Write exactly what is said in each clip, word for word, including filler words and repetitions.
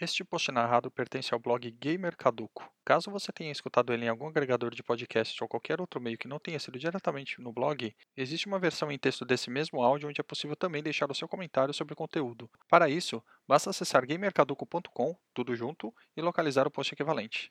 Este post narrado pertence ao blog Gamer Caduco. Caso você tenha escutado ele em algum agregador de podcast ou qualquer outro meio que não tenha sido diretamente no blog, existe uma versão em texto desse mesmo áudio onde é possível também deixar o seu comentário sobre o conteúdo. Para isso, basta acessar gamer caduco ponto com, tudo junto, e localizar o post equivalente.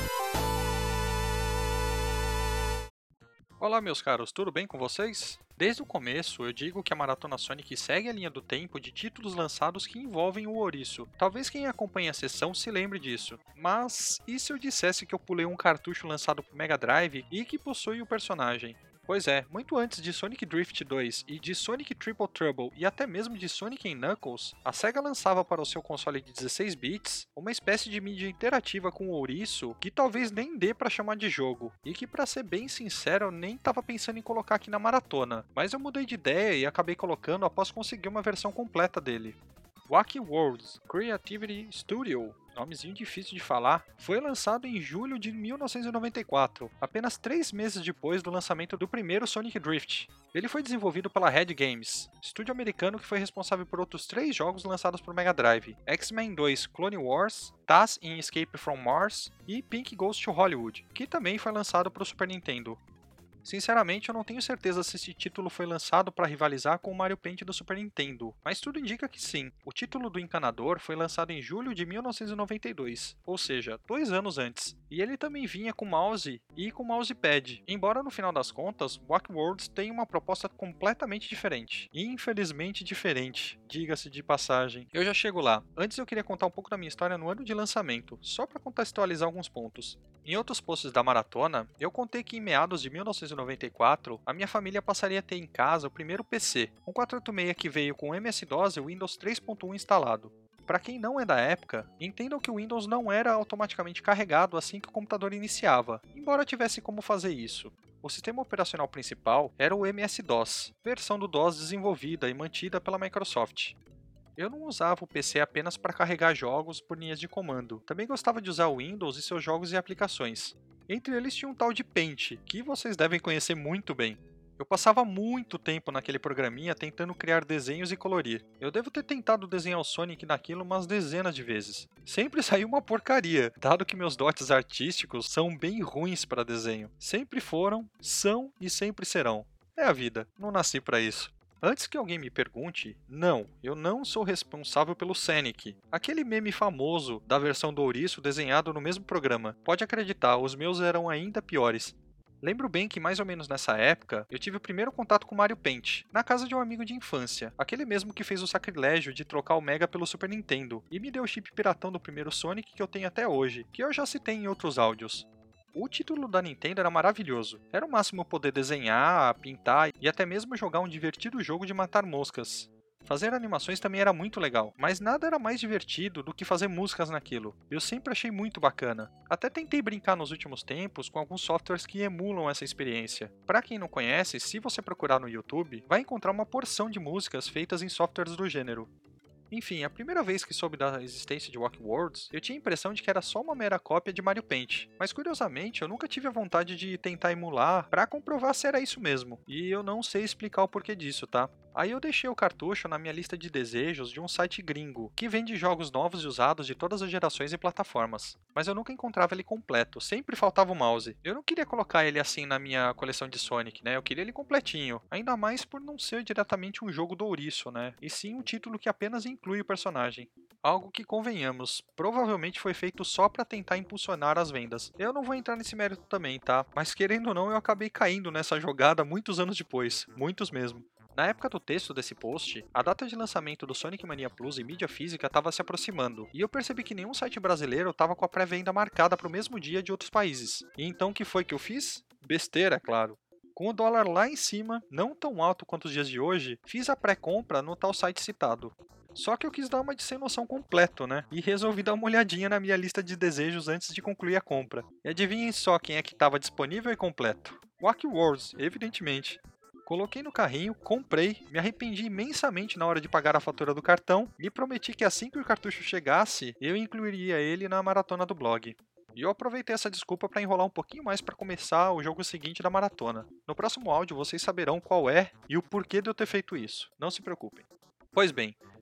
Olá, meus caros, tudo bem com vocês? Desde o começo, eu digo que a Maratona Sonic segue a linha do tempo de títulos lançados que envolvem o ouriço. Talvez quem acompanha a sessão se lembre disso. Mas, e se eu dissesse que eu pulei um cartucho lançado para Mega Drive e que possui o personagem? Pois é, muito antes de Sonic Drift dois e de Sonic Triple Trouble e até mesmo de Sonic and Knuckles, a SEGA lançava para o seu console de dezesseis bits uma espécie de mídia interativa com o ouriço que talvez nem dê para chamar de jogo, e que, para ser bem sincero, eu nem estava pensando em colocar aqui na maratona, mas eu mudei de ideia e acabei colocando após conseguir uma versão completa dele. Wacky Worlds Creativity Studio, nomezinho difícil de falar, foi lançado em julho de mil novecentos e noventa e quatro, apenas três meses depois do lançamento do primeiro Sonic Drift. Ele foi desenvolvido pela Red Games, estúdio americano que foi responsável por outros três jogos lançados para o Mega Drive: X-Men dois Clone Wars, Taz in Escape from Mars e Pink Goes to Hollywood, que também foi lançado para o Super Nintendo. Sinceramente, eu não tenho certeza se esse título foi lançado para rivalizar com o Mario Paint do Super Nintendo, mas tudo indica que sim. O título do Encanador foi lançado em julho de mil novecentos e noventa e dois, ou seja, dois anos antes, e ele também vinha com mouse e com mousepad, embora no final das contas, Wacky Worlds tenha uma proposta completamente diferente. Infelizmente diferente, diga-se de passagem. Eu já chego lá. Antes eu queria contar um pouco da minha história no ano de lançamento, só para contextualizar alguns pontos. Em outros posts da maratona, eu contei que em meados de mil novecentos e noventa e quatro, a minha família passaria a ter em casa o primeiro P C, um quatrocentos e oitenta e seis que veio com M S-DOS e Windows três ponto um instalado. Para quem não é da época, entendam que o Windows não era automaticamente carregado assim que o computador iniciava, embora tivesse como fazer isso. O sistema operacional principal era o M S-DOS, versão do DOS desenvolvida e mantida pela Microsoft. Eu não usava o P C apenas para carregar jogos por linhas de comando, também gostava de usar o Windows e seus jogos e aplicações. Entre eles tinha um tal de Paint, que vocês devem conhecer muito bem. Eu passava muito tempo naquele programinha tentando criar desenhos e colorir. Eu devo ter tentado desenhar o Sonic naquilo umas dezenas de vezes. Sempre saiu uma porcaria, dado que meus dotes artísticos são bem ruins para desenho. Sempre foram, são e sempre serão. É a vida, não nasci para isso. Antes que alguém me pergunte, não, eu não sou responsável pelo Sonic, aquele meme famoso da versão do ouriço desenhado no mesmo programa. Pode acreditar, os meus eram ainda piores. Lembro bem que mais ou menos nessa época, eu tive o primeiro contato com Mario Paint, na casa de um amigo de infância, aquele mesmo que fez o sacrilégio de trocar o Mega pelo Super Nintendo, e me deu o chip piratão do primeiro Sonic que eu tenho até hoje, que eu já citei em outros áudios. O título da Nintendo era maravilhoso. Era o máximo poder desenhar, pintar e até mesmo jogar um divertido jogo de matar moscas. Fazer animações também era muito legal, mas nada era mais divertido do que fazer músicas naquilo. Eu sempre achei muito bacana. Até tentei brincar nos últimos tempos com alguns softwares que emulam essa experiência. Para quem não conhece, se você procurar no YouTube, vai encontrar uma porção de músicas feitas em softwares do gênero. Enfim, a primeira vez que soube da existência de Wacky Worlds, eu tinha a impressão de que era só uma mera cópia de Mario Paint. Mas curiosamente, eu nunca tive a vontade de tentar emular para comprovar se era isso mesmo. E eu não sei explicar o porquê disso, tá? Aí eu deixei o cartucho na minha lista de desejos de um site gringo, que vende jogos novos e usados de todas as gerações e plataformas. Mas eu nunca encontrava ele completo, sempre faltava o mouse. Eu não queria colocar ele assim na minha coleção de Sonic, né? Eu queria ele completinho. Ainda mais por não ser diretamente um jogo do ouriço, né? E sim um título que apenas inclui o personagem. Algo que, convenhamos, provavelmente foi feito só para tentar impulsionar as vendas. Eu não vou entrar nesse mérito também, tá? Mas querendo ou não, eu acabei caindo nessa jogada muitos anos depois. Muitos mesmo. Na época do texto desse post, a data de lançamento do Sonic Mania Plus em mídia física estava se aproximando, e eu percebi que nenhum site brasileiro estava com a pré-venda marcada para o mesmo dia de outros países. E então o que foi que eu fiz? Besteira, é claro. Com o dólar lá em cima, não tão alto quanto os dias de hoje, fiz a pré-compra no tal site citado. Só que eu quis dar uma de sem noção completo, né? E resolvi dar uma olhadinha na minha lista de desejos antes de concluir a compra. E adivinhem só quem é que estava disponível e completo. Wacky Worlds, evidentemente. Coloquei no carrinho, comprei, me arrependi imensamente na hora de pagar a fatura do cartão e prometi que assim que o cartucho chegasse, eu incluiria ele na maratona do blog. E eu aproveitei essa desculpa para enrolar um pouquinho mais para começar o jogo seguinte da maratona. No próximo áudio vocês saberão qual é e o porquê de eu ter feito isso. Não se preocupem. Pois bem,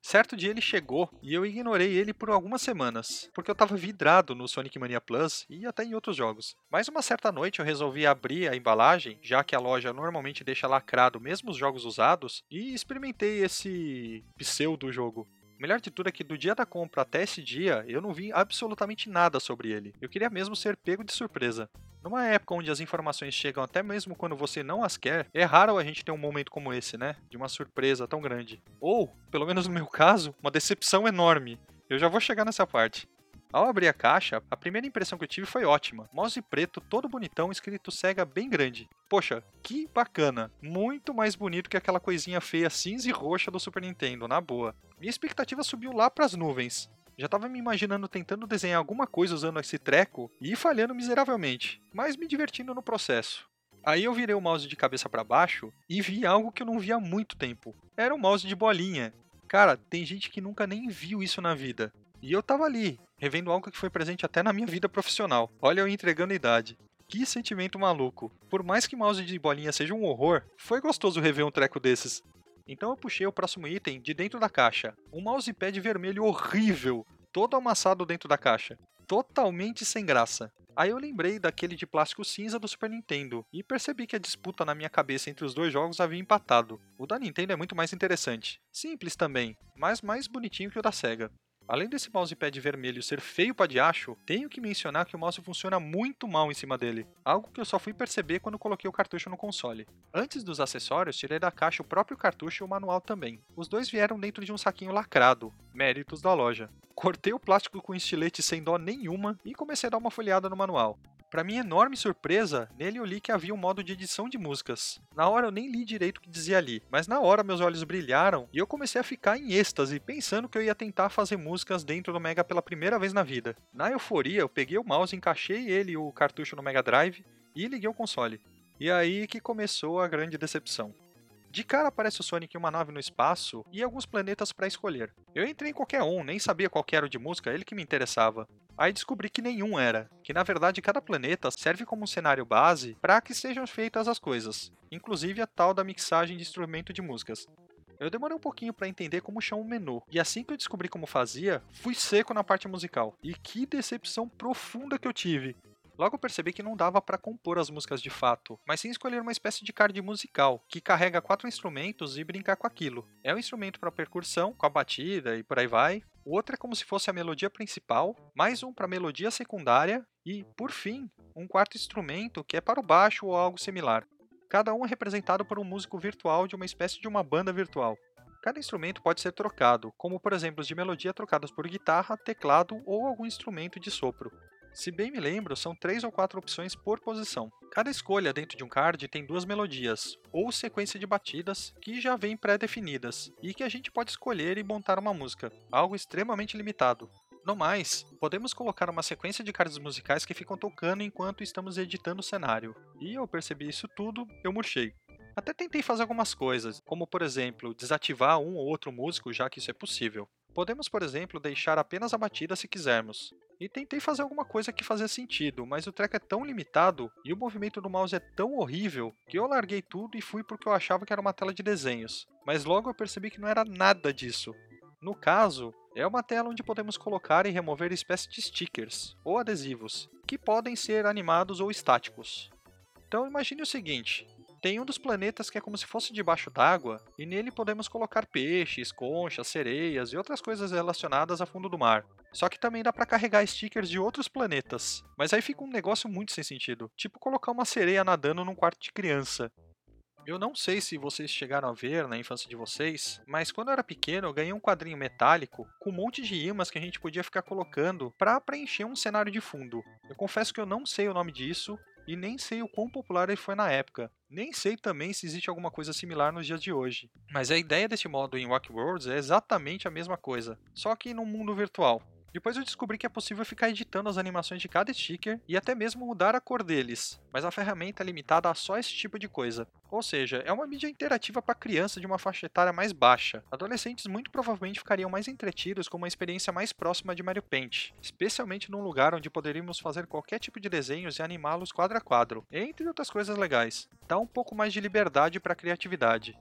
Certo dia ele chegou e eu ignorei ele por algumas semanas, porque eu tava vidrado no Sonic Mania Plus e até em outros jogos. Mas uma certa noite eu resolvi abrir a embalagem, já que a loja normalmente deixa lacrado mesmo os jogos usados, e experimentei esse pseudo jogo. O melhor de tudo é que do dia da compra até esse dia, eu não vi absolutamente nada sobre ele. Eu queria mesmo ser pego de surpresa. Numa época onde as informações chegam até mesmo quando você não as quer, é raro a gente ter um momento como esse, né? De uma surpresa tão grande. Ou, pelo menos no meu caso, uma decepção enorme. Eu já vou chegar nessa parte. Ao abrir a caixa, a primeira impressão que eu tive foi ótima. Mouse preto, todo bonitão, escrito Sega bem grande. Poxa, que bacana. Muito mais bonito que aquela coisinha feia cinza e roxa do Super Nintendo, na boa. Minha expectativa subiu lá pras nuvens. Já tava me imaginando tentando desenhar alguma coisa usando esse treco e falhando miseravelmente, mas me divertindo no processo. Aí eu virei o mouse de cabeça para baixo e vi algo que eu não via há muito tempo. Era um mouse de bolinha. Cara, tem gente que nunca nem viu isso na vida. E eu tava ali, revendo algo que foi presente até na minha vida profissional. Olha eu entregando a idade. Que sentimento maluco. Por mais que mouse de bolinha seja um horror, foi gostoso rever um treco desses. Então eu puxei o próximo item de dentro da caixa. Um mousepad vermelho horrível, todo amassado dentro da caixa. Totalmente sem graça. Aí eu lembrei daquele de plástico cinza do Super Nintendo, e percebi que a disputa na minha cabeça entre os dois jogos havia empatado. O da Nintendo é muito mais interessante. Simples também, mas mais bonitinho que o da Sega. Além desse mousepad vermelho ser feio pra diacho, tenho que mencionar que o mouse funciona muito mal em cima dele, algo que eu só fui perceber quando coloquei o cartucho no console. Antes dos acessórios, tirei da caixa o próprio cartucho e o manual também. Os dois vieram dentro de um saquinho lacrado, méritos da loja. Cortei o plástico com estilete sem dó nenhuma e comecei a dar uma folheada no manual. Para minha enorme surpresa, nele eu li que havia um modo de edição de músicas. Na hora eu nem li direito o que dizia ali, mas na hora meus olhos brilharam e eu comecei a ficar em êxtase, pensando que eu ia tentar fazer músicas dentro do Mega pela primeira vez na vida. Na euforia, eu peguei o mouse, encaixei ele e o cartucho no Mega Drive e liguei o console. E aí que começou a grande decepção. De cara aparece o Sonic em uma nave no espaço e alguns planetas para escolher. Eu entrei em qualquer um, nem sabia qual que era o de música, ele que me interessava. Aí descobri que nenhum era, que na verdade cada planeta serve como um cenário base para que sejam feitas as coisas, inclusive a tal da mixagem de instrumento de músicas. Eu demorei um pouquinho para entender como chama o menu, e assim que eu descobri como fazia, fui seco na parte musical. E que decepção profunda que eu tive! Logo percebi que não dava para compor as músicas de fato, mas sim escolher uma espécie de card musical, que carrega quatro instrumentos e brincar com aquilo. É um instrumento para percussão, com a batida e por aí vai. O outro é como se fosse a melodia principal, mais um para melodia secundária e, por fim, um quarto instrumento que é para o baixo ou algo similar. Cada um é representado por um músico virtual de uma espécie de uma banda virtual. Cada instrumento pode ser trocado, como por exemplo os de melodia trocados por guitarra, teclado ou algum instrumento de sopro. Se bem me lembro, são três ou quatro opções por posição. Cada escolha dentro de um card tem duas melodias, ou sequência de batidas, que já vêm pré-definidas, e que a gente pode escolher e montar uma música, algo extremamente limitado. No mais, podemos colocar uma sequência de cards musicais que ficam tocando enquanto estamos editando o cenário. E eu percebi isso tudo, eu murchei. Até tentei fazer algumas coisas, como por exemplo, desativar um ou outro músico, já que isso é possível. Podemos, por exemplo, deixar apenas a batida se quisermos. E tentei fazer alguma coisa que fazia sentido, mas o treco é tão limitado e o movimento do mouse é tão horrível que eu larguei tudo e fui porque eu achava que era uma tela de desenhos. Mas logo eu percebi que não era nada disso. No caso, é uma tela onde podemos colocar e remover espécies de stickers, ou adesivos, que podem ser animados ou estáticos. Então imagine o seguinte, tem um dos planetas que é como se fosse debaixo d'água, e nele podemos colocar peixes, conchas, sereias e outras coisas relacionadas a fundo do mar. Só que também dá pra carregar stickers de outros planetas, mas aí fica um negócio muito sem sentido, tipo colocar uma sereia nadando num quarto de criança. Eu não sei se vocês chegaram a ver na infância de vocês, mas quando eu era pequeno eu ganhei um quadrinho metálico com um monte de ímãs que a gente podia ficar colocando para preencher um cenário de fundo. Eu confesso que eu não sei o nome disso e nem sei o quão popular ele foi na época. Nem sei também se existe alguma coisa similar nos dias de hoje. Mas a ideia desse modo em Wacky Worlds é exatamente a mesma coisa, só que num mundo virtual. Depois eu descobri que é possível ficar editando as animações de cada sticker e até mesmo mudar a cor deles, mas a ferramenta é limitada a só esse tipo de coisa. Ou seja, é uma mídia interativa para criança de uma faixa etária mais baixa. Adolescentes muito provavelmente ficariam mais entretidos com uma experiência mais próxima de Mario Paint, especialmente num lugar onde poderíamos fazer qualquer tipo de desenhos e animá-los quadro a quadro, entre outras coisas legais. Dá um pouco mais de liberdade para a criatividade.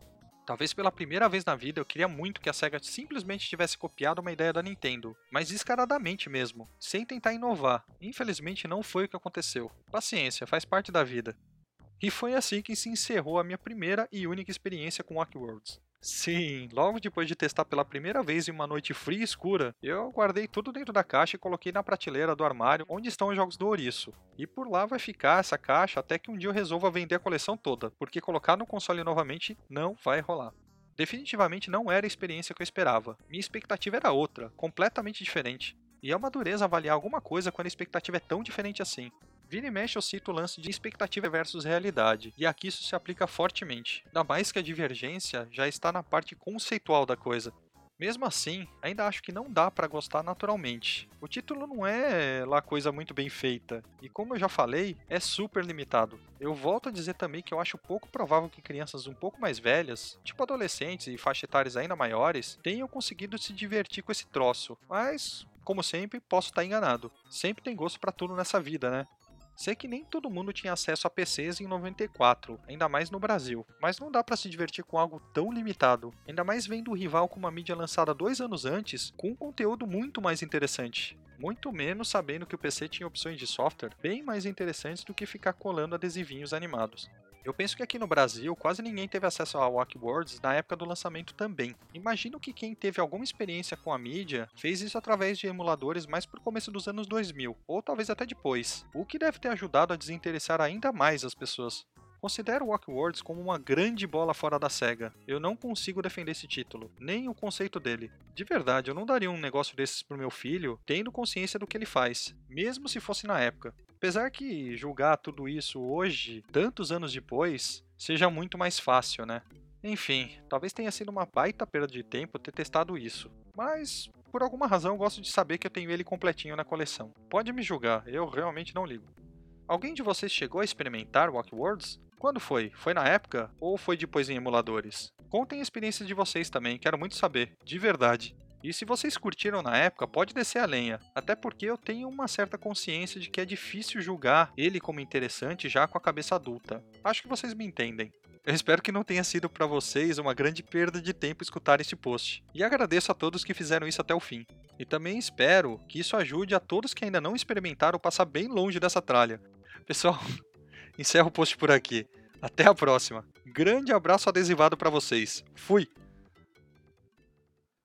Talvez pela primeira vez na vida eu queria muito que a SEGA simplesmente tivesse copiado uma ideia da Nintendo, mas descaradamente mesmo, sem tentar inovar. Infelizmente não foi o que aconteceu. Paciência, faz parte da vida. E foi assim que se encerrou a minha primeira e única experiência com Oddworlds. Sim, logo depois de testar pela primeira vez em uma noite fria e escura, eu guardei tudo dentro da caixa e coloquei na prateleira do armário onde estão os jogos do Ouriço. E por lá vai ficar essa caixa até que um dia eu resolva vender a coleção toda, porque colocar no console novamente não vai rolar. Definitivamente não era a experiência que eu esperava. Minha expectativa era outra, completamente diferente. E é uma dureza avaliar alguma coisa quando a expectativa é tão diferente assim. Vira e mexe eu cito o lance de expectativa versus realidade, e aqui isso se aplica fortemente. Ainda mais que a divergência já está na parte conceitual da coisa. Mesmo assim, ainda acho que não dá pra gostar naturalmente. O título não é lá coisa muito bem feita, e como eu já falei, é super limitado. Eu volto a dizer também que eu acho pouco provável que crianças um pouco mais velhas, tipo adolescentes e faixa etárias ainda maiores, tenham conseguido se divertir com esse troço, mas, como sempre, posso estar enganado. Sempre tem gosto pra tudo nessa vida, né? Sei que nem todo mundo tinha acesso a P Cs em noventa e quatro, ainda mais no Brasil, mas não dá pra se divertir com algo tão limitado, ainda mais vendo o rival com uma mídia lançada dois anos antes, com um conteúdo muito mais interessante. Muito menos sabendo que o P C tinha opções de software bem mais interessantes do que ficar colando adesivinhos animados. Eu penso que aqui no Brasil quase ninguém teve acesso ao Oddworlds na época do lançamento também. Imagino que quem teve alguma experiência com a mídia fez isso através de emuladores mais pro começo dos anos dois mil, ou talvez até depois, o que deve ter ajudado a desinteressar ainda mais as pessoas. Considero o Oddworlds como uma grande bola fora da SEGA. Eu não consigo defender esse título, nem o conceito dele. De verdade, eu não daria um negócio desses pro meu filho, tendo consciência do que ele faz, mesmo se fosse na época. Apesar que julgar tudo isso hoje, tantos anos depois, seja muito mais fácil, né? Enfim, talvez tenha sido uma baita perda de tempo ter testado isso, mas por alguma razão eu gosto de saber que eu tenho ele completinho na coleção. Pode me julgar, eu realmente não ligo. Alguém de vocês chegou a experimentar o Oddworlds? Quando foi? Foi na época ou foi depois em emuladores? Contem a experiência de vocês também, quero muito saber, de verdade. E se vocês curtiram na época, pode descer a lenha, até porque eu tenho uma certa consciência de que é difícil julgar ele como interessante já com a cabeça adulta. Acho que vocês me entendem. Eu espero que não tenha sido para vocês uma grande perda de tempo escutar este post. E agradeço a todos que fizeram isso até o fim. E também espero que isso ajude a todos que ainda não experimentaram passar bem longe dessa tralha. Pessoal, encerro o post por aqui. Até a próxima. Grande abraço adesivado para vocês. Fui!